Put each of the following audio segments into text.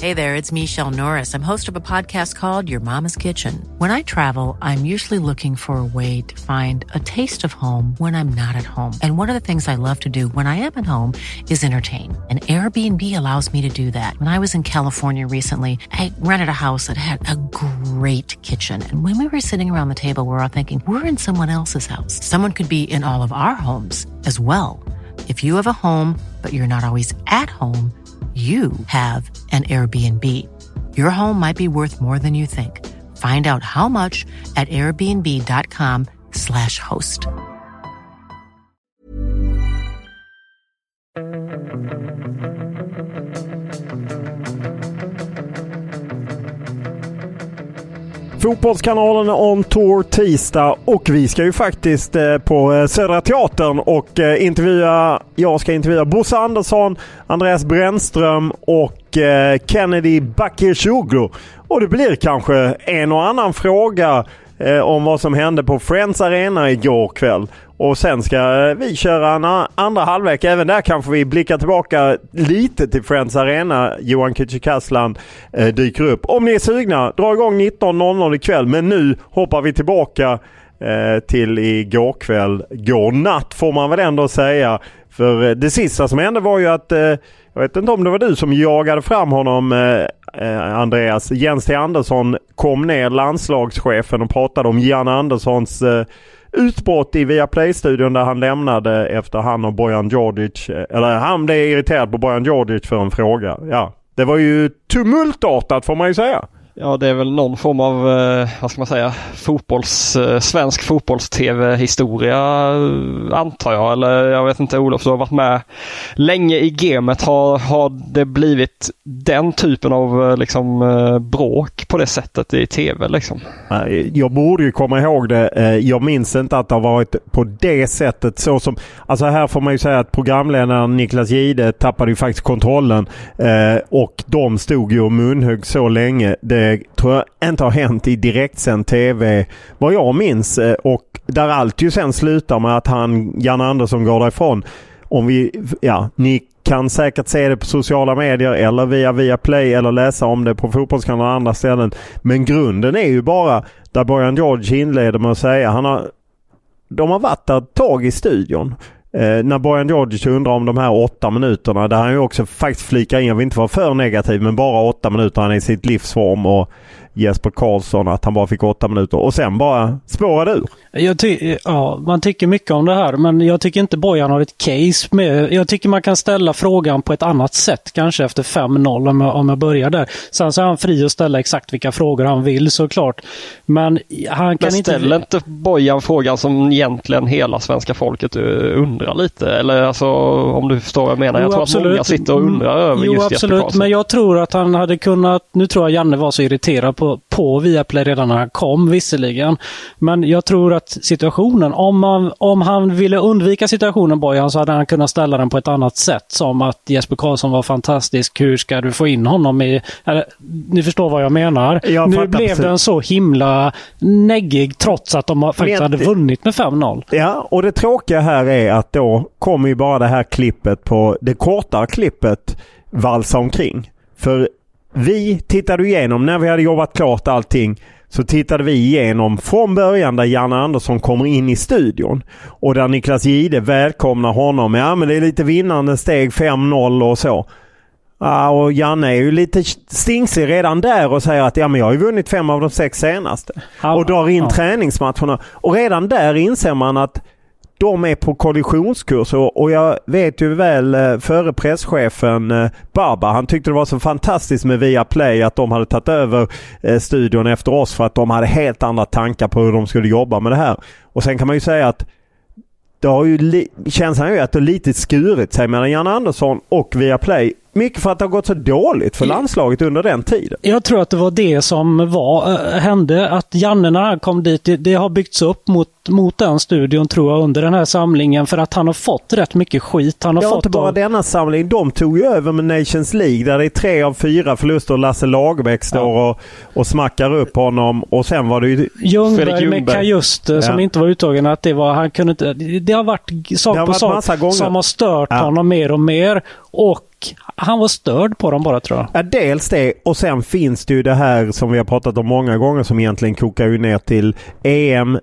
Hey there, it's Michelle Norris. I'm host of a podcast called Your Mama's Kitchen. When I travel, I'm usually looking for a way to find a taste of home when I'm not at home. And one of the things I love to do when I am at home is entertain. And Airbnb allows me to do that. When I was in California recently, I rented a house that had a great kitchen. And when we were sitting around the table, we were all thinking, we're in someone else's house. Someone could be in all of our homes as well. If you have a home, but you're not always at home, you have an Airbnb. Your home might be worth more than you think. Find out how much at airbnb.com/host. Fotbollskanalen on tour tisdag och vi ska ju faktiskt på Södra Teatern och jag ska intervjua Bosse Andersson, Andreas Brännström och Kennedy Bakircioglu. Och det blir kanske en och annan fråga om vad som hände på Friends Arena igår kväll. Och sen ska vi köra en andra halvlek. Även där kanske vi blickar tillbaka lite till Friends Arena. Johan Kücükaslan dyker upp. Om ni är sugna, dra igång 19.00 ikväll. Men nu hoppar vi tillbaka till igår kväll. Går natt får man väl ändå säga. För det sista som hände var ju att, jag vet inte om det var du som jagade fram honom, Andreas. Jens T. Andersson kom ner, landslagschefen, och pratade om Jan Anderssons utbrott i Viaplay-studion där han lämnade efter han och Bojan Djordjic, eller han blev irriterad på Bojan Djordjic för en fråga. Ja, det var ju tumultartat får man ju säga. Ja, det är väl någon form av, vad ska man säga, svensk fotbolls-tv-historia antar jag. Eller jag vet inte, Olof, du har varit med länge i gamet. Har det blivit den typen av liksom bråk på det sättet i tv liksom? Jag borde ju komma ihåg det. Jag minns inte att det har varit på det sättet så som, alltså här får man ju säga att programledaren Niklas Gide tappade ju faktiskt kontrollen och de stod ju och munhögg så länge. Det tror jag inte har hänt i direktsänd tv vad jag minns, och där allt ju sen slutar med att Jan Andersson går därifrån. Ni kan säkert se det på sociala medier eller via Play eller läsa om det på Fotbollskanalen och andra ställen, men grunden är ju bara där Bojan Djordjic inleder med att säga de har varit där ett tag i studion. När Bojan Djordjic undrar om de här 8 minuterna, där han ju också faktiskt flikar in, jag vill inte vara för negativ, men bara 8 minuter, han är i sitt livsform, och Jesper Karlsson att han bara fick 8 minuter och sen bara spårade ur. Man tycker mycket om det här, men jag tycker inte Bojan har ett case med. Jag tycker man kan ställa frågan på ett annat sätt, kanske efter 5-0 om jag börjar där. Sen så är han fri att ställa exakt vilka frågor han vill, såklart. Men han kan inte... Ställer inte Bojan frågan som egentligen hela svenska folket undrar lite? Eller alltså, om du förstår vad jag menar. Jag tror absolut att många sitter och undrar över just Jesper Karlsson. Absolut, men jag tror att han hade kunnat... Nu tror jag Janne var så irriterad på Viaplay redan när han kom, visserligen. Men jag tror att situationen, om han ville undvika situationen, Bojan, så hade han kunnat ställa den på ett annat sätt, som att Jesper Karlsson var fantastisk, hur ska du få in honom i... Ni förstår vad jag menar. Nu blev den så himla neggig trots att de faktiskt hade vunnit med 5-0. Ja, och det tråkiga här är att då kommer ju bara det här klippet på det korta klippet valsa omkring. För vi tittade igenom, när vi hade jobbat klart allting, så tittade vi igenom från början där Janne Andersson kommer in i studion och där Niklas Gide välkomnar honom. Ja, men det är lite vinnande steg, 5-0 och så. Och Janne är ju lite stingsig redan där och säger att men jag har ju vunnit 5 av de 6 senaste. Och drar in träningsmatcherna. Och redan där inser man att de är på kollisionskurs, och jag vet ju väl före presschefen Baba, han tyckte det var så fantastiskt med Viaplay att de hade tagit över studion efter oss för att de hade helt andra tankar på hur de skulle jobba med det här. Och sen kan man ju säga att det har ju känslan ju att det lite skurit sig mellan Jan Andersson och Viaplay. Mycket för att det har gått så dåligt för landslaget under den tiden. Jag tror att det var det som hände, att Janne när han kom dit, det har byggts upp mot den studion, tror jag, under den här samlingen, för att han har fått rätt mycket skit. Han har fått inte bara denna samling, de tog ju över med Nations League där det är 3 av 4 förluster och Lasse Lagerbäck står och smackar upp honom, och sen var det ju Ljungberg med Kajust som inte var uttagen, att det var, han kunde inte, det har varit sak på sak som har stört honom mer och mer. Och han var störd på dem bara, tror jag. Ja, dels det, och sen finns det ju det här som vi har pratat om många gånger som egentligen kokar ju ner till EM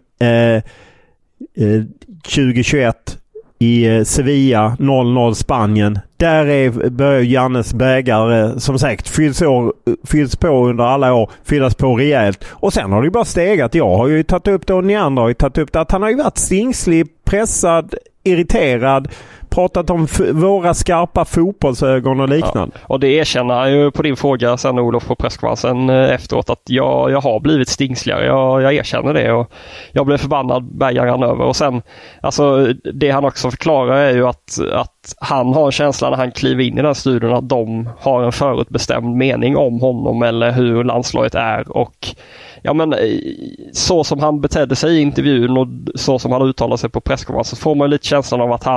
2021 i Sevilla, 0-0 Spanien. Där börjar Jannes bägare som sagt fylls på under alla år, fyllas på rejält. Och sen har det ju bara stegat. Jag har ju tagit upp det och ni andra har ju tagit upp det att han har ju varit stingslig, pressad, irriterad, pratat om våra skarpa fotbollsögon och liknande. Ja, och det erkänner han ju på din fråga sen, Olof, på presskonferensen efteråt, att jag har blivit stingsligare. Jag erkänner det och jag blev förbannad bägaren över. Och sen, alltså det han också förklarar är ju att han har en känsla när han kliver in i den studion att de har en förutbestämd mening om honom eller hur landslaget är, och ja, men så som han betedde sig i intervjun och så som han uttalade sig på presskonferensen, så får man lite känslan av att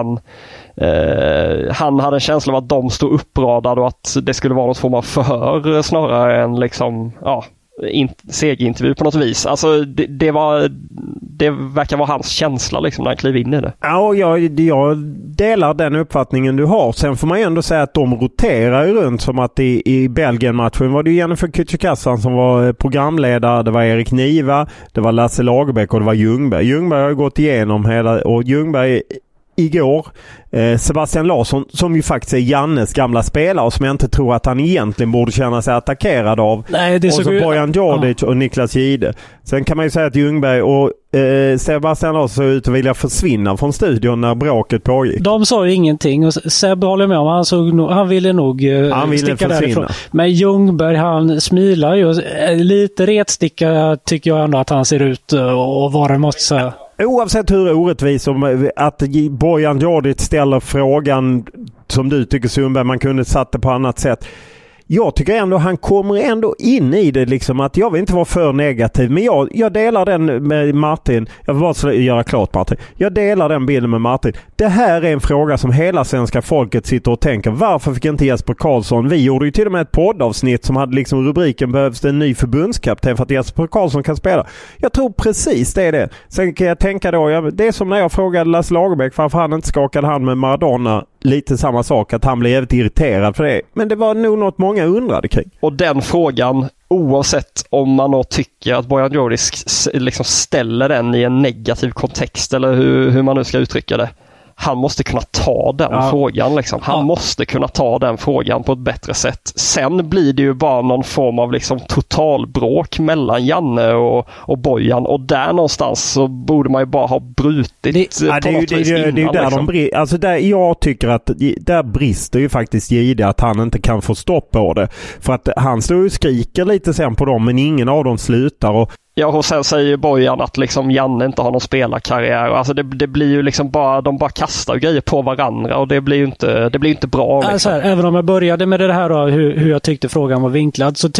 han hade en känsla av att de stod uppradade och att det skulle vara något form av förhör snarare än liksom, ja, segerintervju på något vis. Alltså det verkar vara hans känsla liksom när han kliver in i det. Ja, jag delar den uppfattningen du har. Sen får man ju ändå säga att de roterar ju runt, som att i Belgien-matchen var det ju Jennifer Kücükaslan som var programledare, det var Erik Niva, det var Lasse Lagerbäck och det var Ljungberg. Ljungberg har gått igenom hela, och Ljungberg igår, Sebastian Larsson som ju faktiskt är Jannes gamla spelare och som jag inte tror att han egentligen borde känna sig attackerad av. Nej, det är och så Bojan Djordjic och Niklas Gide. Sen kan man ju säga att Ljungberg och Sebastian Larsson såg ut att vilja försvinna från studion när bråket pågick. De sa ju ingenting och Seb håller med om, han ville nog sticka därifrån. Men Ljungberg, han smilar ju. Lite retsticka tycker jag ändå att han ser ut och vad det måste säga. Oavsett hur orättvis att Bojan Djordjic ställer frågan som du tycker, Sundberg, man kunde satt det på annat sätt. Jag tycker ändå han kommer ändå in i det liksom, att jag vill inte vara för negativ, men jag delar den med Martin. Jag vill bara göra klart, Martin. Jag delar den bilden med Martin. Det här är en fråga som hela svenska folket sitter och tänker. Varför fick inte Jesper Karlsson? Vi gjorde ju till och med ett poddavsnitt som hade liksom rubriken "Behövs det en ny förbundskapten för att Jesper Karlsson kan spela?" Jag tror precis det är det. Sen kan jag tänka då, det är som när jag frågade Lasse Lagerbäck varför han inte skakade hand med Maradona. Lite samma sak, att han blev jävligt irriterad för det. Men det var nog något många undrade kring. Och den frågan, oavsett om man då tycker att Bojan Djordjic liksom ställer den i en negativ kontext eller hur man nu ska uttrycka det, han måste kunna ta den frågan liksom. Han måste kunna ta den frågan på ett bättre sätt. Sen blir det ju bara någon form av liksom totalbråk mellan Janne och Bojan, och där någonstans så borde man ju bara ha brutit på något vis innan. Det är där liksom. Jag tycker att där brister ju faktiskt Gide, att han inte kan få stopp på det. För att han står och skriker lite sen på dem, men ingen av dem slutar. Och sen säger Bojan att liksom Janne inte har någon spelarkarriär. Alltså det blir ju liksom bara, de bara kastar grejer på varandra och det blir ju inte bra. Liksom. Alltså även om jag började med det här då, hur jag tyckte frågan var vinklad, så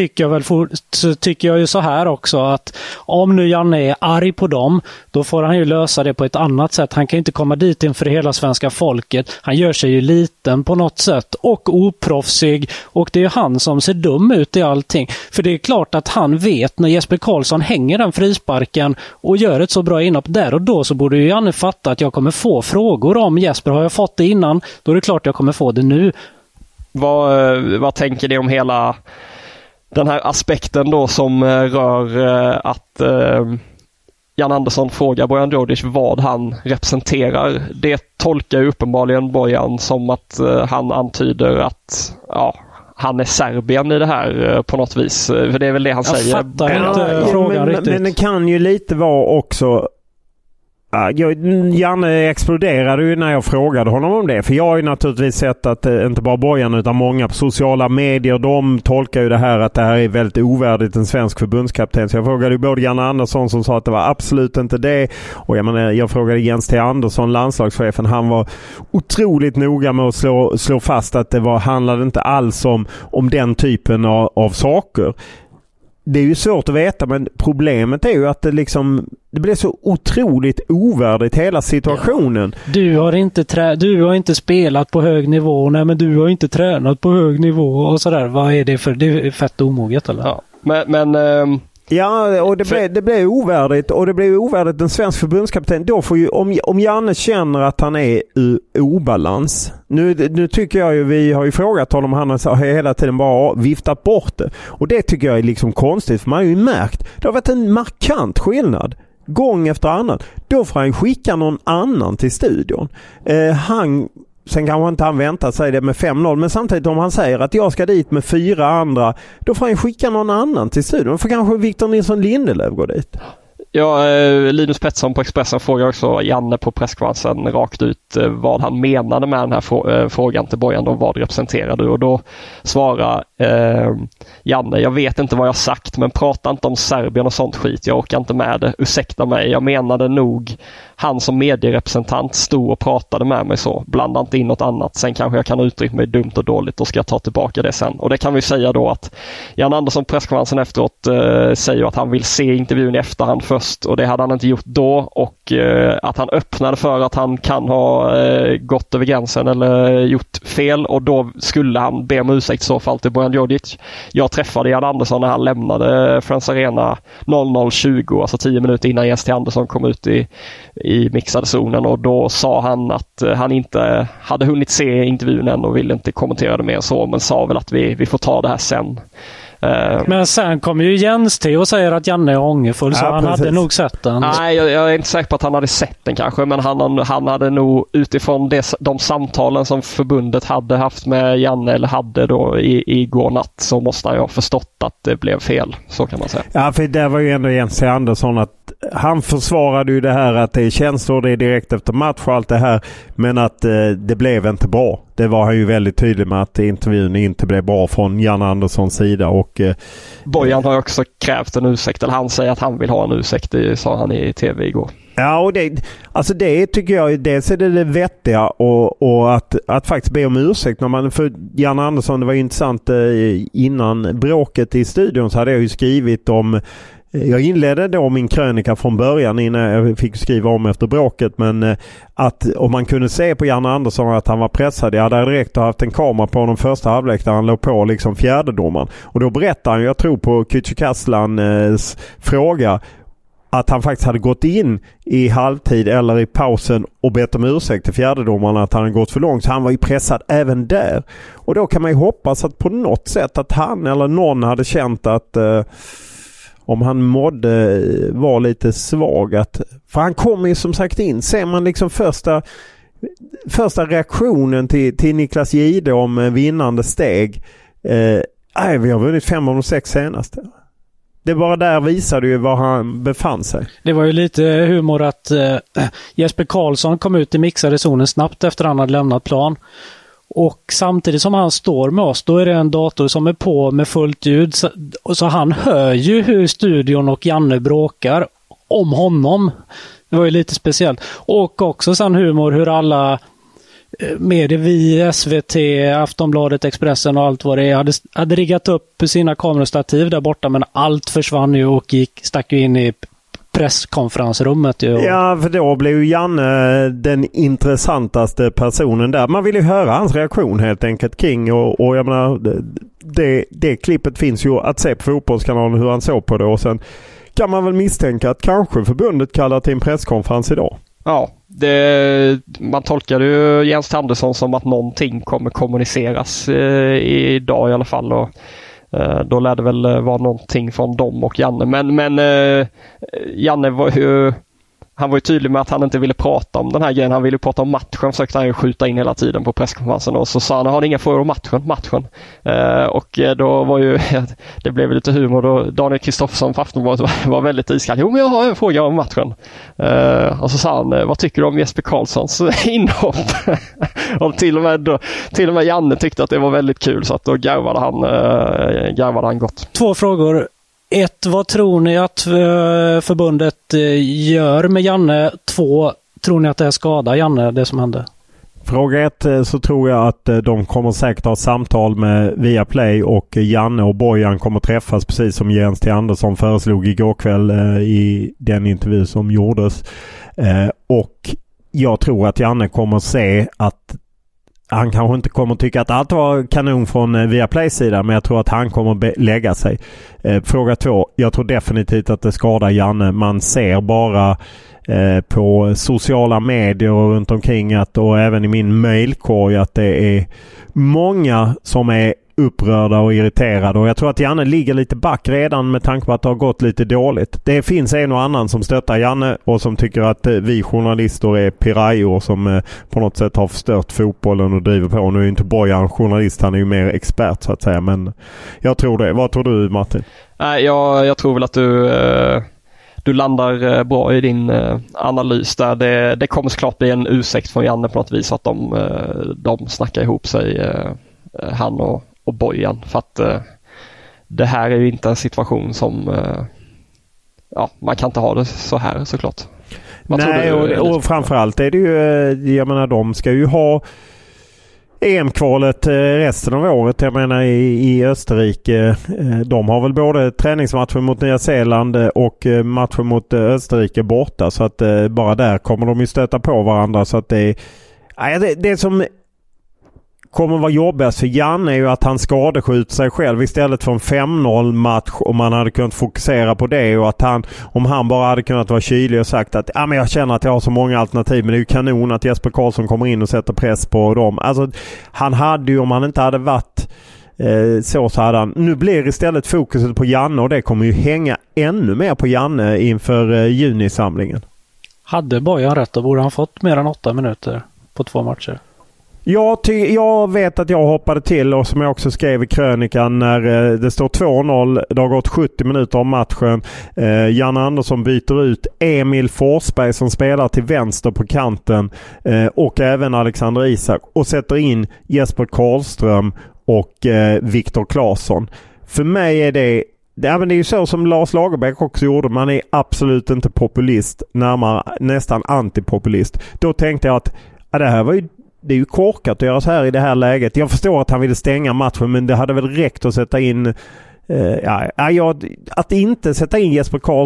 tycker jag ju så här också, att om nu Janne är arg på dem, då får han ju lösa det på ett annat sätt. Han kan inte komma dit inför hela svenska folket. Han gör sig ju liten på något sätt och oproffsig, och det är ju han som ser dum ut i allting. För det är klart att han vet när Jesper Karlsson hänger den frisparken och gör ett så bra inhopp där och då, så borde ju Janne fatta att jag kommer få frågor om Jesper. Har jag fått det innan, då är det klart jag kommer få det nu. Vad tänker ni om hela den här aspekten då som rör att Jan Andersson frågar Bojan Djordjic vad han representerar? Det tolkar ju uppenbarligen Bojan som att han antyder att han är Serbien i det här på något vis. För det är väl det han säger. Jag fattar inte frågan riktigt. Men det kan ju lite vara också... Janne exploderade ju när jag frågade honom om det. För jag har ju naturligtvis sett att inte bara Bojan utan många på sociala medier, de tolkar ju det här att det här är väldigt ovärdigt en svensk förbundskapten. Så jag frågade ju både Janne Andersson som sa att det var absolut inte det. Och jag frågade Jens T. Andersson, landslagschefen. Han var otroligt noga med att slå fast att det handlade inte alls om den typen av saker. Det är ju svårt att veta, men problemet är ju att det blir så otroligt ovärdigt hela situationen. Ja. Du har inte spelat på hög nivå, nej, men du har inte tränat på hög nivå och sådär. Vad är det för? Det är fett omoget eller? Ja. Men Ja, och det blev ovärdigt. Och det blev ovärdigt en svensk förbundskapten. Då får ju, om Janne känner att han är i obalans. Nu tycker jag ju, vi har ju frågat honom, han har hela tiden bara viftat bort det. Och det tycker jag är liksom konstigt, för man har ju märkt, det har varit en markant skillnad. Gång efter annan. Då får han skicka någon annan till studion. Sen kanske inte han väntar sig det med 5-0, men samtidigt om han säger att jag ska dit med 4 andra, då får han skicka någon annan till studion. Då får kanske Victor Nilsson Lindelöf gå dit. Ja, Linus Pettersson på Expressen frågar också Janne på presskonferensen rakt ut vad han menade med den här frågan till Bojan. Då, vad representerar du? Och då svarar Janne, jag vet inte vad jag sagt, men prata inte om Serbien och sånt skit. Jag orkar inte med det. Ursäkta mig, jag menade nog han som medierepresentant stod och pratade med mig så. Blanda inte in något annat. Sen kanske jag kan uttrycka mig dumt och dåligt, och ska jag ta tillbaka det sen. Och det kan vi säga då att Jan Andersson på presskonferensen efteråt säger att han vill se intervjun i efterhand först, och det hade han inte gjort då, och att han öppnade för att han kan ha gått över gränsen eller gjort fel, och då skulle han be om ursäkt i så fall till Bojan Djordjic. Jag träffade Jan Andersson när han lämnade Friends Arena 00:20, alltså 10 minuter innan Jens T. Andersson kom ut i mixade zonen, och då sa han att han inte hade hunnit se intervjun än och ville inte kommentera det mer så, men sa väl att vi får ta det här sen. Men sen kommer ju Jens till och säger att Janne är ångerfull, så han hade nog sett den. Nej, jag är inte säker på att han hade sett den kanske, men han hade nog utifrån de samtalen som förbundet hade haft med Janne, eller hade då igår natt, så måste han ju ha förstått att det blev fel, så kan man säga. Ja, för det var ju ändå Jens C. Andersson, att han försvarade ju det här att det är känslor, det är direkt efter match och allt det här, men att det blev inte bra. Det var han ju väldigt tydlig med, att intervjun inte blev bra från Jan Anderssons sida. Och Bojan har också krävt en ursäkt, eller han säger att han vill ha en ursäkt, det sa han i tv igår. Ja, och det tycker jag, dels är det vettiga, och att faktiskt be om ursäkt när man, för Jan Andersson, det var intressant, innan bråket i studion så hade jag ju skrivit om, jag inledde då min krönika från början innan jag fick skriva om efter bråket, men att om man kunde se på Jan Andersson att han var pressad, jag hade direkt haft en kamera på den första halvlek där han låg på liksom fjärdedomaren, och då berättade han, jag tror på Kücükaslan's fråga, att han faktiskt hade gått in i halvtid eller i pausen och bett om ursäkt till fjärdedomaren att han hade gått för långt, så han var ju pressad även där. Och då kan man ju hoppas att på något sätt att han eller någon hade känt att om han var lite svag, för han kommer ju som sagt in, ser man liksom första reaktionen till Niklas Gide om vinnande steg, vi har vunnit 5 av de 6 senaste. Det bara där visade ju var han befann sig. Det var ju lite humor att Jesper Karlsson kom ut i mixade zonen snabbt efter han hade lämnat plan. Och samtidigt som han står med oss, då är det en dator som är på med fullt ljud. Så han hör ju hur studion och Janne bråkar om honom. Det var ju lite speciellt. Och också sen humor hur alla medier, vi, SVT, Aftonbladet, Expressen och allt vad det är, hade riggat upp sina kamerastativ där borta, men allt försvann ju och stack ju in i presskonferensrummet. Ja, för då blev ju Janne den intressantaste personen där. Man vill ju höra hans reaktion helt enkelt kring, och jag menar, det klippet finns ju att se på Fotbollskanalen hur han såg på det, och sen kan man väl misstänka att kanske förbundet kallar till en presskonferens idag. Ja, man tolkar ju Jens Andersson som att någonting kommer kommuniceras idag i alla fall, och då lär det väl vara någonting från dem och Janne. Men Janne han var ju tydlig med att han inte ville prata om den här grejen. Han ville prata om matchen, försökte han ju skjuta in hela tiden på presskonferensen, och så sa han, har ni inga frågor om matchen? Och då var ju det blev lite humor då. Daniel Kristoffersson på Aftonbladet var väldigt iskall. Jo, men jag har en fråga om matchen. Och så sa han, vad tycker du om Jesper Karlssons inhopp? Och till och med Janne tyckte att det var väldigt kul, så att då garvade han gott. 2 frågor. 1, vad tror ni att förbundet gör med Janne? 2, tror ni att det skadar Janne, det som hände? Fråga 1, så tror jag att de kommer säkert ha samtal med Viaplay, och Janne och Bojan kommer träffas precis som Jens T. Andersson föreslog igår kväll i den intervju som gjordes. Och jag tror att Janne kommer se att han kanske inte kommer tycka att allt var kanon från Viaplays sida, men jag tror att han kommer lägga sig. Fråga 2. Jag tror definitivt att det skadar Janne. Man ser bara på sociala medier och runt omkring och även i min mailkorg att det är många som är upprörda och irriterade, och jag tror att Janne ligger lite back redan med tanke på att det har gått lite dåligt. Det finns en och annan som stöttar Janne och som tycker att vi journalister är pirajor som på något sätt har förstört fotbollen och driver på. Nu är ju inte Bojan journalist, han är ju mer expert så att säga, men jag tror det. Vad tror du, Martin? Nej, jag tror väl att du landar bra i din analys där. Det kommer såklart bli en ursäkt från Janne på något vis att de snackar ihop sig, han och Bojan, för att det här är ju inte en situation som man kan inte ha det så här såklart. Nej, och framförallt är det ju, jag menar, de ska ju ha EM-kvalet resten av året. Jag menar i Österrike, de har väl både träningsmatcher mot Nya Zeeland och matcher mot Österrike borta, så att bara där kommer de ju stöta på varandra, så att det som kommer vara jobbigast för Jan är ju att han skadeskjuter sig själv istället för en 5-0 match, om man hade kunnat fokusera på det, och att om han bara hade kunnat vara kylig och sagt att men jag känner att jag har så många alternativ, men det är ju kanon att Jesper Karlsson kommer in och sätter press på dem. Alltså han hade ju, om han inte hade varit så hade han. Nu blir istället fokuset på Janne, och det kommer ju hänga ännu mer på Janne inför junisamlingen. Hade Bojan rätt, då borde han fått mer än 8 minuter på 2 matcher. Jag vet att jag hoppade till, och som jag också skrev i krönikan, när det står 2-0, det har gått 70 minuter om matchen. Janne Andersson byter ut Emil Forsberg som spelar till vänster på kanten och även Alexander Isak, och sätter in Jesper Karlström och Viktor Claesson. För mig är det är ju så som Lars Lagerbäck också gjorde. Man är absolut inte populist, nästan antipopulist. Då tänkte jag att det är ju korkat att göra så här i det här läget. Jag förstår att han ville stänga matchen, men det hade väl räckt att sätta in att inte sätta in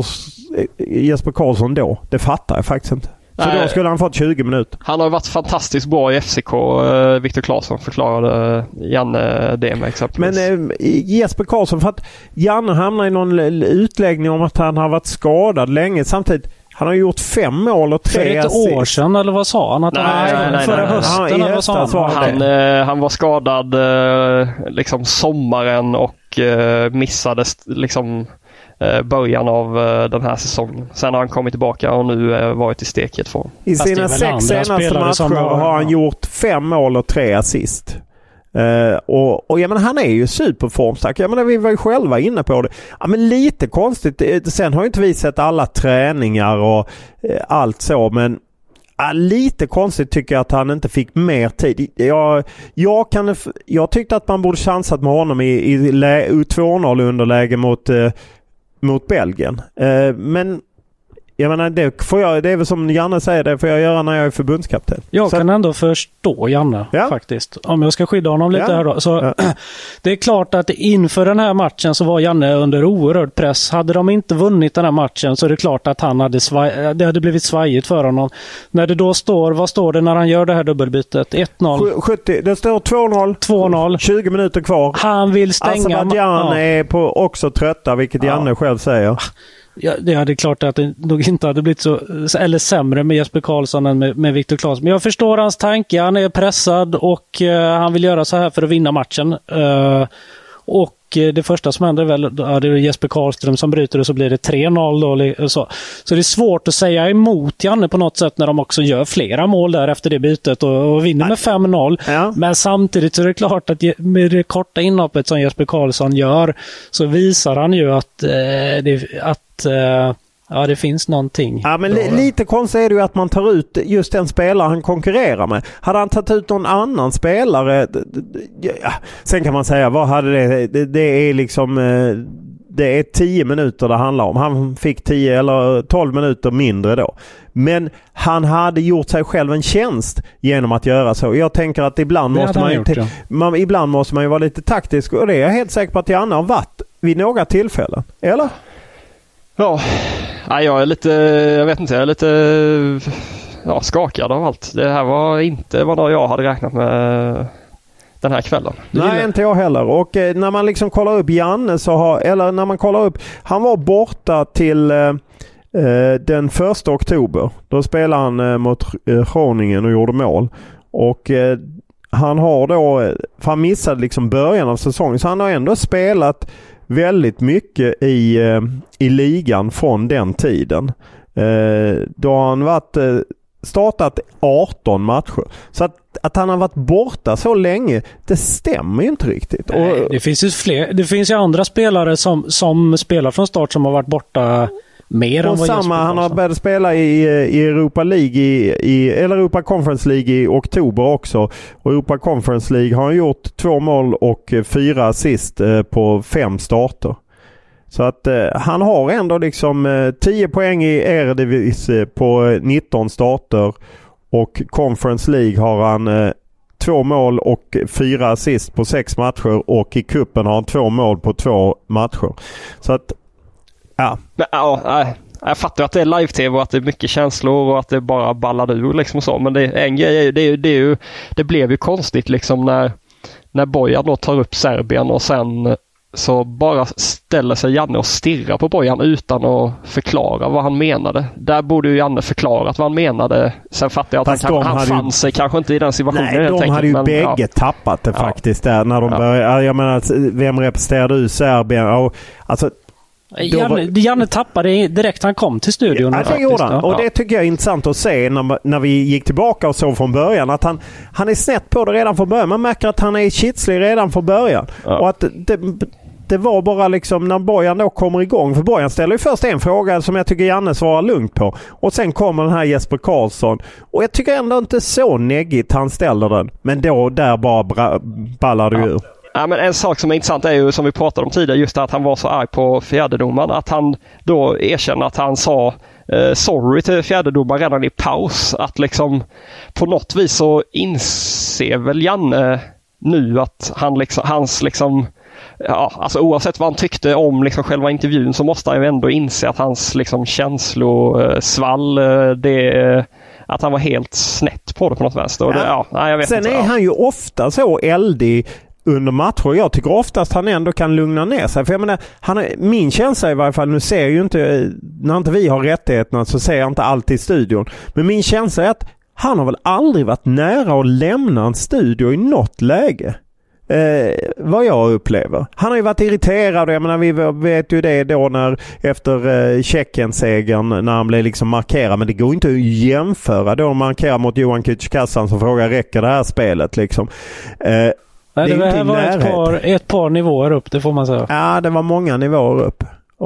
Jesper Karlsson då. Det fattar jag faktiskt inte. För då skulle han fått 20 minuter. Han har varit fantastiskt bra i FCK, Viktor Claesson, förklarade Janne det med exempelvis. Men Jesper Karlsson, för att Janne hamnar i någon utläggning om att han har varit skadad länge. Samtidigt, han har gjort 5 mål och 3 assist. För ett år sedan, eller vad sa han? Förra hösten, eller vad sa han? Han var skadad liksom sommaren och missade liksom början av den här säsongen. Sen har han kommit tillbaka och nu varit i stekhet form. I sina 6 senaste matcher har han gjort 5 mål och 3 assist. Och jag menar, han är ju superformstark. Jag menar, vi var ju själva inne på det. Ja, men lite konstigt. Sen har ju inte vi sett alla träningar och allt så, men lite konstigt tycker jag att han inte fick mer tid. Jag tyckte att man borde chansat med honom i 2-0 underläge mot Belgien. Men jag menar, det är väl som Janne säger, det får jag göra när jag är förbundskapten. Jag kan ändå förstå Janne faktiskt. Om jag ska skydda honom lite här då. Så det är klart att inför den här matchen så var Janne under oerhörd press. Hade de inte vunnit den här matchen så är det klart att det hade blivit svajigt för honom. När det då står, vad står det när han gör det här dubbelbytet? 1-0. 70, det står 2-0. 20 minuter kvar. Han vill stänga. Azerbaijan är också trötta, vilket Janne själv säger. Ja, det hade klart att det nog inte hade blivit så eller sämre med Jesper Karlsson än med Viktor Claesson. Men jag förstår hans tanke. Han är pressad och han vill göra så här för att vinna matchen. Och det första som händer är det är Jesper Karlström som bryter och så blir det 3-0 då, så det är svårt att säga emot Janne på något sätt när de också gör flera mål där efter det bytet och vinner med 5-0. Ja. Men samtidigt så är det klart att med det korta inhoppet som Jesper Karlsson gör så visar han ju att det finns någonting. Ja, men lite konstigt är det ju att man tar ut just den spelare han konkurrerar med. Hade han tagit ut någon annan spelare, sen kan man säga, vad hade det är liksom, det är 10 minuter det handlar om. Han fick 10 eller 12 minuter mindre då. Men han hade gjort sig själv en tjänst genom att göra så. Jag tänker att ibland måste man ju vara lite taktisk, och det är jag helt säker på att Janne har varit vid några tillfällen. Eller? Ja, jag är lite skakad av allt. Det här var inte vad jag hade räknat med den här kvällen. Nej, inte jag heller. Och när man liksom kollar upp Janne han var borta till den 1 oktober. Då spelade han mot Groningen och gjorde mål. Och han har då, för han missade liksom början av säsongen, så han har ändå spelat väldigt mycket i ligan från den tiden. Då har han startat 18 matcher. Så att han har varit borta så länge, det stämmer ju inte riktigt. Nej, det finns ju andra spelare som spelar från start som har varit borta mer än vad Jesper. Han har börjat spela i Europa League eller Europa Conference League i oktober också. Och Europa Conference League har han gjort 2 mål och 4 assist på 5 starter. Så att han har ändå liksom 10 poäng i Eredivisie på 19 starter, och Conference League har han 2 mål och 4 assist på 6 matcher, och i kuppen har han 2 mål på 2 matcher. Så att ja. Men, jag fattar att det är live-tv och att det är mycket känslor och att det bara ballar ur liksom så, men en grej det blev ju konstigt liksom när Bojan då tar upp Serbien och sen så bara ställer sig Janne och stirrar på Bojan utan att förklara vad han menade. Där borde ju Janne förklarat vad han menade. Sen fattar jag att han fann sig kanske inte i den situationen. Nej, de hade ju bägge tappat det faktiskt där när de började. Jag menar, vem representerade du? Serbien? Och, alltså, Janne tappade direkt han kom till studion. Ja, det gjorde han. Och det tycker jag är intressant att se när vi gick tillbaka och så från början. Att han är snett på det redan från början. Man märker att han är kitslig redan från början. Ja. Och att det var bara liksom när Bojan då kommer igång. För Bojan ställer ju först en fråga som jag tycker Janne svarar lugnt på. Och sen kommer den här Jesper Karlsson. Och jag tycker ändå inte så neggigt han ställer den. Men där bara ballar det ur. Ja, men en sak som är intressant är ju, som vi pratade om tidigare, just att han var så arg på fjärdedomaren, att han då erkänner att han sa sorry till fjärdedomaren redan i paus. Att liksom på något vis så inser väl Janne nu att alltså oavsett vad han tyckte om liksom själva intervjun, så måste han ju ändå inse att hans liksom känslosvall, att han var helt snett på det på något vänster. Och jag vet sen inte. Är han ju ofta så eldig under matcher. Jag tycker oftast han ändå kan lugna ner sig. För jag menar, min känsla i varje fall, nu ser ju inte, när inte vi har rättigheterna så ser jag inte alltid i studion. Men min känsla är att han har väl aldrig varit nära att lämna en studio i något läge. Vad jag upplever. Han har ju varit irriterad, och jag menar, vi vet ju det då efter Tjeckien-segern när han blev liksom markerad, men det går inte att jämföra då markera mot Johan Kücükaslan som frågar räcker det här spelet liksom. Det här var ett par nivåer upp, det får man säga. Ja, det var många nivåer upp.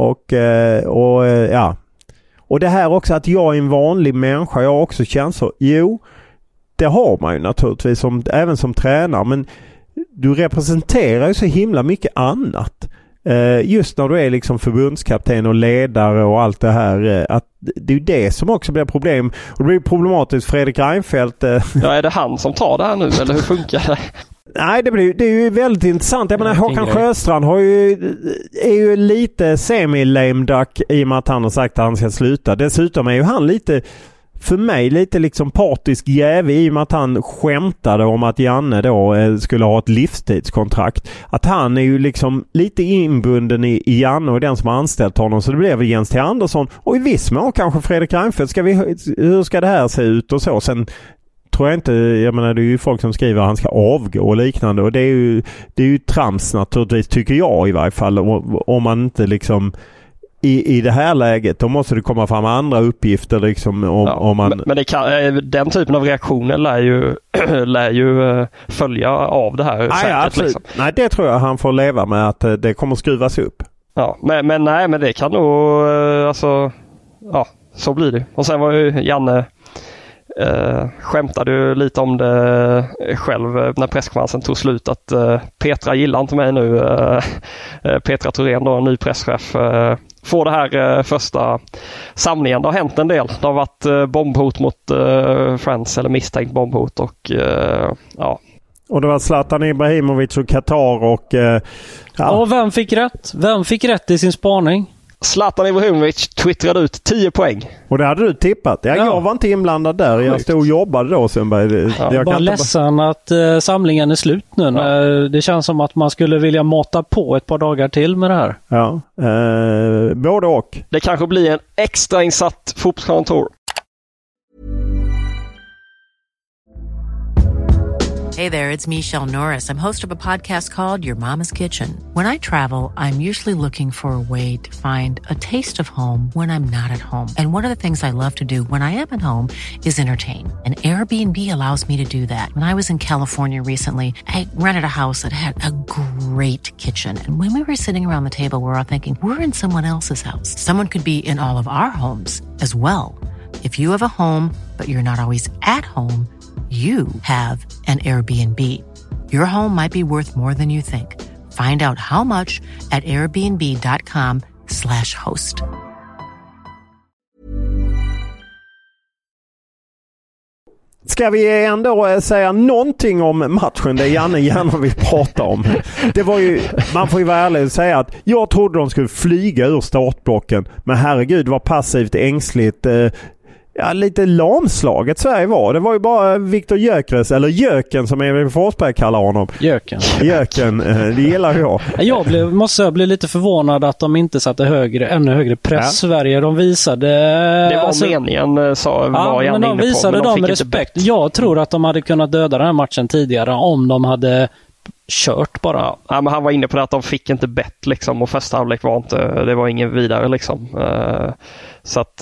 Och det här också att jag är en vanlig människa, jag har också känslor. Jo, det har man ju naturligtvis även som tränare, men du representerar ju så himla mycket annat. Just när du är liksom förbundskapten och ledare och allt det här, att det är ju det som också blir problem. Och det blir problematiskt. Fredrik Reinfeldt... är det han som tar det här nu, eller hur funkar det? Nej, det är ju väldigt intressant. Jag menar, Håkan Sjöstrand är ju lite semi-lame duck i och med att han har sagt att han ska sluta. Dessutom är ju han för mig lite liksom partisk jävig i och med att han skämtade om att Janne då skulle ha ett livstidskontrakt. Att han är ju liksom lite inbunden i Janne och den som har anställt honom, så det blev väl Jens T. Andersson och i viss mån kanske Fredrik Reinfeldt. Hur ska det här se ut och så. Sen tror jag inte, jag menar, det är ju folk som skriver att han ska avgå och liknande, och det är ju trams naturligtvis, tycker jag i varje fall, om man inte liksom i det här läget, då måste det komma fram andra uppgifter liksom, om man... Men det kan, den typen av reaktioner lär ju följa av det här. Säkert, liksom. Nej, det tror jag han får leva med, att det kommer skruvas upp. Ja, men det kan nog så blir det. Och sen var ju Janne skämtade ju lite om det själv när presskonferensen tog slut, att Petra gillar inte mig nu. Petra Thorén då, en ny presschef, får det här första samlingen. Det har hänt en del. Det har varit bombhot mot Friends, eller misstänkt bombhot, och Och det var Zlatan Ibrahimovic och Qatar och... Och vem fick rätt? Vem fick rätt i sin spaning? Zlatan Ibrahimovic twittrade ut 10 poäng. Och det hade du tippat. Jag var inte inblandad där. Jag stod och jobbade då. Jag är bara ledsen att samlingen är slut nu. Det känns som att man skulle vilja mata på ett par dagar till med det här. Ja, både och. Det kanske blir en extra insatt fotbollskontor. Hey there, it's Michelle Norris. I'm host of a podcast called Your Mama's Kitchen. When I travel, I'm usually looking for a way to find a taste of home when I'm not at home. And one of the things I love to do when I am at home is entertain. And Airbnb allows me to do that. When I was in California recently, I rented a house that had a great kitchen. And when we were sitting around the table, we were all thinking, we're in someone else's house. Someone could be in all of our homes as well. If you have a home, but you're not always at home, you have an Airbnb. Your home might be worth more than you think. Find out how much at airbnb.com/host. Ska vi ändå säga någonting om matchen det Janne gärna vill prata om? Det var ju, man får ju vara ärlig och säga att jag trodde de skulle flyga ur startblocken. Men herregud, vad passivt, ängsligt, lite lamslaget Sverige var. Det var ju bara Viktor Gyökeres, eller Jöken som Emil Forsberg kallar honom. Jöken, det gillar jag. Jag måste bli lite förvånad att de inte satte ännu högre press. Sverige, de visade... Det var meningen, men de visade dem med respekt. Jag tror att de hade kunnat döda den här matchen tidigare om de hade kört bara. Ja, men han var inne på det att de fick inte bett liksom, och första halvlek var inte, det var ingen vidare liksom. Så att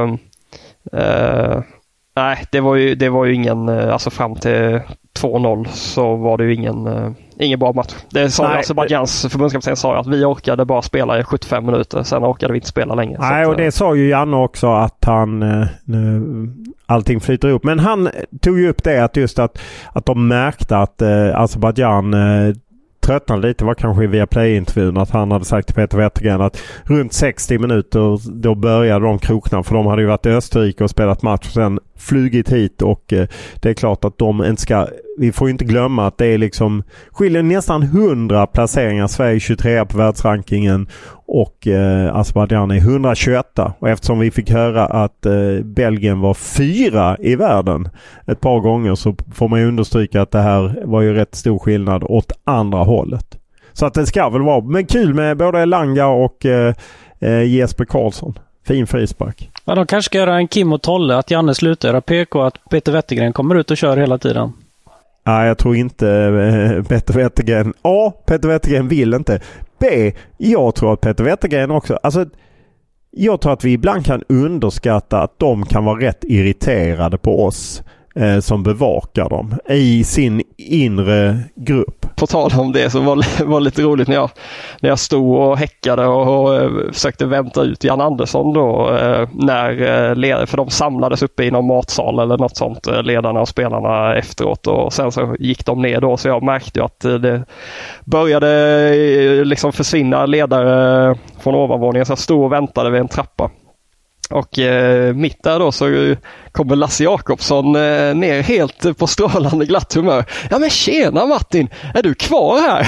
nej, det var ju ingen, alltså fram till 2-0 så var det ju ingen bra match. Det sa Azerbajdzjans förbundskapten sa att vi orkade bara spela i 75 minuter, sen orkade vi inte spela längre. Nej, och det sa ju Janne också att allting flyter ihop. Men han tog ju upp det att just att de märkte att Azerbajdzjan tröttnade lite, var kanske via play-intervjun att han hade sagt till Peter Wettergren att runt 60 minuter då började de krokna, för de hade ju varit i Österrike och spelat match och sen flugit hit, och det är klart att de inte ska, vi får inte glömma att det är liksom skiljer nästan 100 placeringar. Sverige 23 på världsrankingen och Azerbajdzjan är 121, och eftersom vi fick höra att Belgien var 4 i världen ett par gånger, så får man ju understryka att det här var ju rätt stor skillnad åt andra hållet. Så att det ska väl vara, men kul med både Elanga och Jesper Karlsson. Fin frispark. Ja, de kanske ska göra en Kim och Tolle, att Janne slutar göra PK, att Peter Wettergren kommer ut och kör hela tiden. Nej, jag tror inte Peter Wettergren. A. Peter Wettergren vill inte. B. Jag tror att Peter Wettergren också. Alltså, jag tror att vi ibland kan underskatta att de kan vara rätt irriterade på oss som bevakar dem i sin inre grupp. På tal om det så var lite roligt när jag stod och häckade och försökte vänta ut Jan Andersson då, för de samlades uppe i någon matsal eller något sånt, ledarna och spelarna efteråt, och sen så gick de ner då, så jag märkte ju att det började liksom försvinna ledare från ovanvåningen, så jag stod och väntade vid en trappa. Och mitt där då så kommer Lasse Jakobsson ner helt på strålande glatt humör. Ja, men tjena Martin, är du kvar här?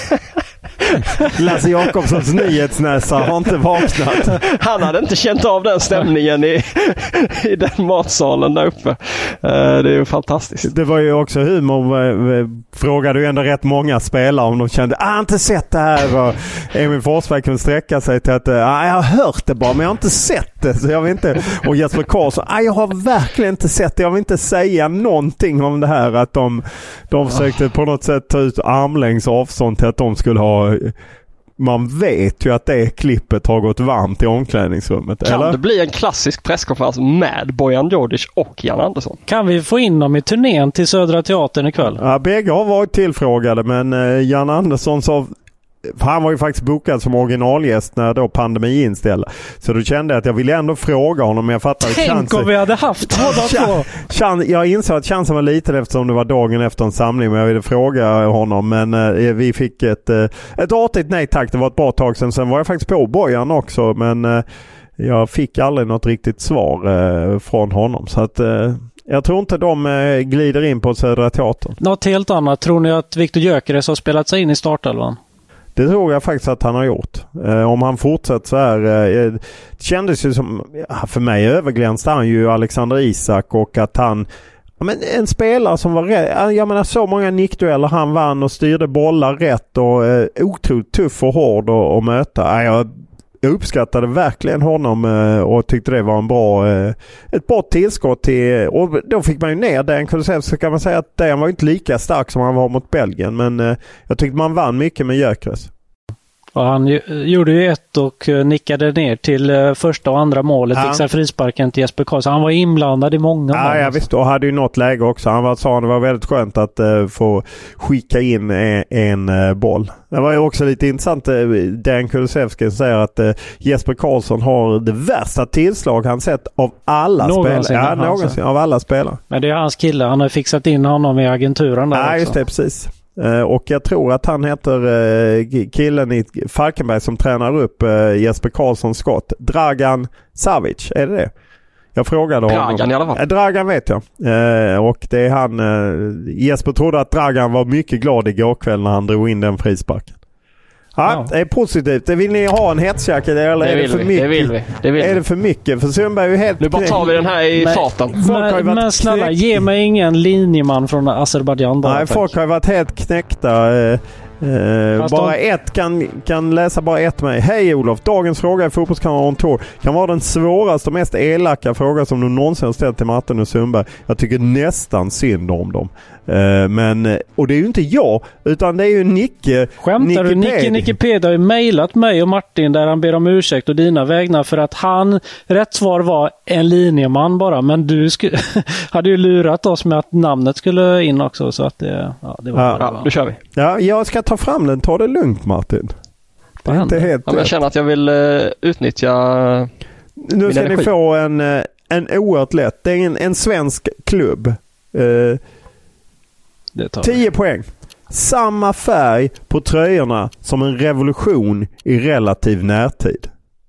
Lasse Jakobssons nyhetsnäsa har inte vaknat. Han hade inte känt av den stämningen i den matsalen där uppe. Det är ju fantastiskt. Det var ju också humor. Frågade ju ändå rätt många spelare om de kände jag har inte sett det här. Och Emil Forsberg kunde sträcka sig till att jag har hört det bara, men jag har inte sett det. Så jag vill inte. Och Jesper Karlsson, jag har verkligen inte sett det. Jag vill inte säga någonting om det här. Att de försökte på något sätt ta ut armlängds avstånd till att de skulle ha. Man vet ju att det klippet har gått varmt i omklädningsrummet. Kan eller? Det bli en klassisk presskonferens med Bojan Djordjic och Jan Andersson? Kan vi få in dem i turnén till Södra Teatern ikväll? Ja, bägge har varit tillfrågade, men Jan Andersson sa han var ju faktiskt bokad som originalgäst när då pandemi inställde. Så då kände jag att jag ville ändå fråga honom, men jag fattade Tänk om vi hade haft jag insåg att chansen var liten eftersom det var dagen efter en samling, men jag ville fråga honom, men vi fick ett artigt nej tack. Det var ett bra tag sen var jag faktiskt på Bojan också, men jag fick aldrig något riktigt svar från honom, så att jag tror inte de glider in på Södra Teatern. Något helt annat, tror ni att Viktor Gyökeres har spelat sig in i startelvan? Det tror jag faktiskt att han har gjort. Om han fortsätter så här. Det kändes ju som, för mig överglänste han ju Alexander Isak, och att han, men en spelare som var rätt, jag menar så många nickdueller han vann och styrde bollar rätt och otroligt tuff och hård att möta. Jag uppskattade verkligen honom och tyckte det var ett bra tillskott till, och då fick man ju ner Dejan Kulusevski, så kan man säga att Dejan var inte lika stark som han var mot Belgien, men jag tyckte man vann mycket med Gyökeres. Och han gjorde ju ett och nickade ner till första och andra målet, fixade frisparken till Jesper Karlsson. Han var inblandad i många mål. Ja, visst, och hade ju något läge också. Han sa det var väldigt skönt att få skicka in en boll. Det var ju också lite intressant. Dan Kulusevski säger att Jesper Karlsson har det värsta tillslag han sett av alla spelare. Någonsin av alla spelare. Men det är hans kille. Han har fixat in honom i agenturen där också. Just det, precis. Och jag tror att han heter killen i Falkenberg som tränar upp Jesper Karlssons skott. Dragan Savic, är det? Jag frågade honom. Dragan i alla fall. Dragan vet jag. Och det är han. Jesper trodde att Dragan var mycket glad igår kväll när han drog in den frisparken. Ja, det är positivt. Det vill ni ha en hetsjacka eller är det för mycket? Det vill vi. Är det för mycket? För Sundberg är ju helt... Nu bara tar vi den här i farten. Men snälla, ge mig ingen linjeman från Azerbaijan. Nej, folk har ju varit helt knäckta. Bara ett kan läsa bara ett med. Hej Olof, dagens fråga i Fotbollskanalen on Tour kan vara den svåraste och mest elaka fråga som du någonsin har ställt till Martin och Sundberg. Jag tycker nästan synd om dem. Och det är ju inte jag, utan det är ju Nicke. Skämtar du? Nicke Peder har ju mejlat mig och Martin där han ber om ursäkt och dina vägnar för att rätt svar var en linjeman bara, men du hade ju lurat oss med att namnet skulle in också, så att det var då kör vi. Ja, jag ska ta fram den. Ta det lugnt, Martin. Det är inte helt men jag känner att jag vill utnyttja nu ska energi. Ni få en oerhört lätt. Det är en svensk klubb. 10 poäng. Samma färg på tröjorna som en revolution i relativ närtid.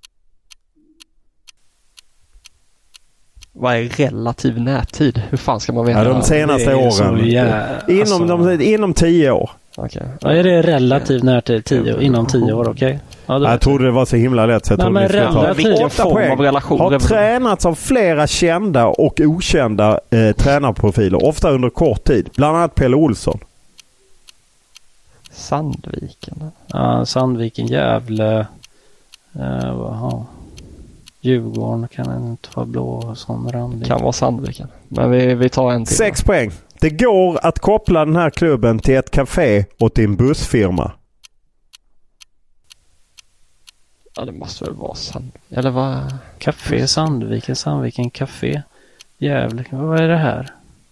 Vad är relativ närtid? Hur fan ska man veta? De senaste åren. Inom 10 år. Okay. Ja, är det relativ närtid? Inom 10 år, okej? Ja, jag trodde det var så himla lätt. Så jag trodde vilken form av relation har tränats av flera kända och okända tränarprofiler. Ofta under kort tid. Bland annat Pelle Olsson. Sandviken. Ja, Sandviken, Gävle. Djurgården kan inte vara blå som randig. Kan vara Sandviken. Men vi tar en till. 6 poäng. Det går att koppla den här klubben till ett café och till en bussfirma. Ja, det måste väl vara eller vad? Café Sandviken Café. Jävlar, vad är det här?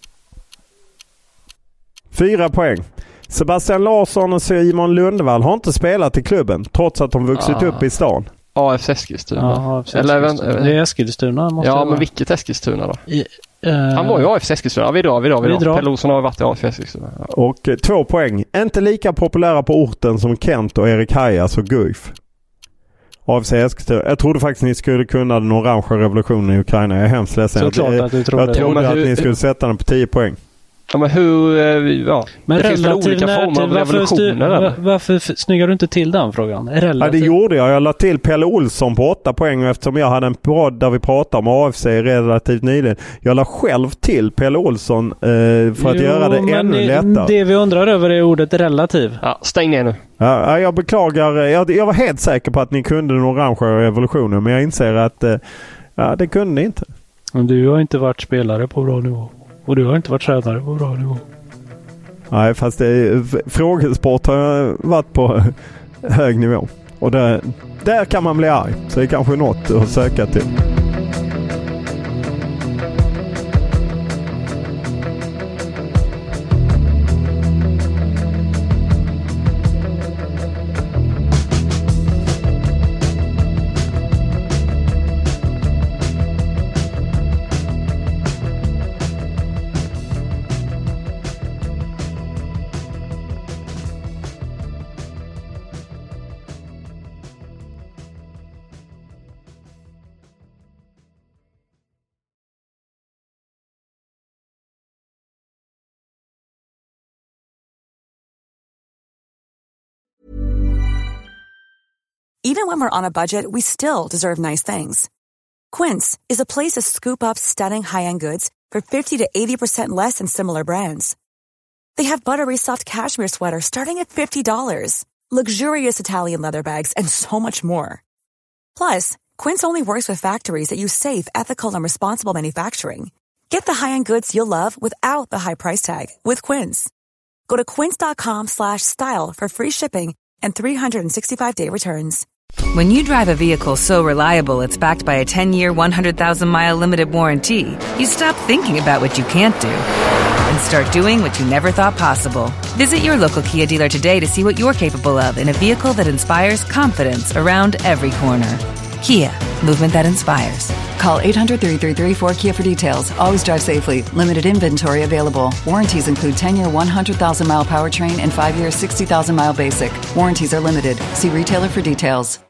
4 poäng. Sebastian Larsson och Simon Lundvall har inte spelat i klubben trots att de vuxit upp i stan. AFC Eskilstuna. Ja, det är Eskilstuna. Men vilket Eskilstuna då? Han var ju AFC Eskilstuna. Vi drar. Pelle Olsson har varit i AFC Eskilstuna. Ja. Och 2 poäng. Inte lika populära på orten som Kent och Erik Hajas och Guif. AFC Eskilstuna. Jag trodde faktiskt ni skulle kunna den orangea revolutionen i Ukraina. Jag är hemskt ledsen. Jag trodde att ni skulle sätta den på 10 poäng. Ja, men men det finns väl olika former av revolutioner. Varför snyggar du inte till den frågan? Ja, det gjorde jag. Jag la till Pelle Olsson på 8 poäng eftersom jag hade en podd där vi pratade om AFC relativt nyligen. Jag la själv till Pelle Olsson för att göra det ännu lättare. Det vi undrar över är ordet relativ. Ja, stäng ner nu. Ja, jag beklagar. Jag var helt säker på att ni kunde den orangea revolutionen, men jag inser att det kunde ni inte. Men du har inte varit spelare på bra nivå. Och du har inte varit tränare på bra nivå. Nej, fast frågesport har jag varit på hög nivå. Och där kan man bli arg. Så det är kanske något att söka till. Even when we're on a budget, we still deserve nice things. Quince is a place to scoop up stunning high-end goods for 50 to 80% less than similar brands. They have buttery soft cashmere sweaters starting at $50, luxurious Italian leather bags, and so much more. Plus, Quince only works with factories that use safe, ethical, and responsible manufacturing. Get the high-end goods you'll love without the high price tag with Quince. Go to quince.com/style for free shipping and 365-day returns. When you drive a vehicle so reliable it's backed by a 10-year, 100,000-mile limited warranty, you stop thinking about what you can't do and start doing what you never thought possible. Visit your local Kia dealer today to see what you're capable of in a vehicle that inspires confidence around every corner. Kia, movement that inspires. Call 800-333-4KIA for details. Always drive safely. Limited inventory available. Warranties include 10-year 100,000-mile powertrain and 5-year 60,000-mile basic. Warranties are limited. See retailer for details.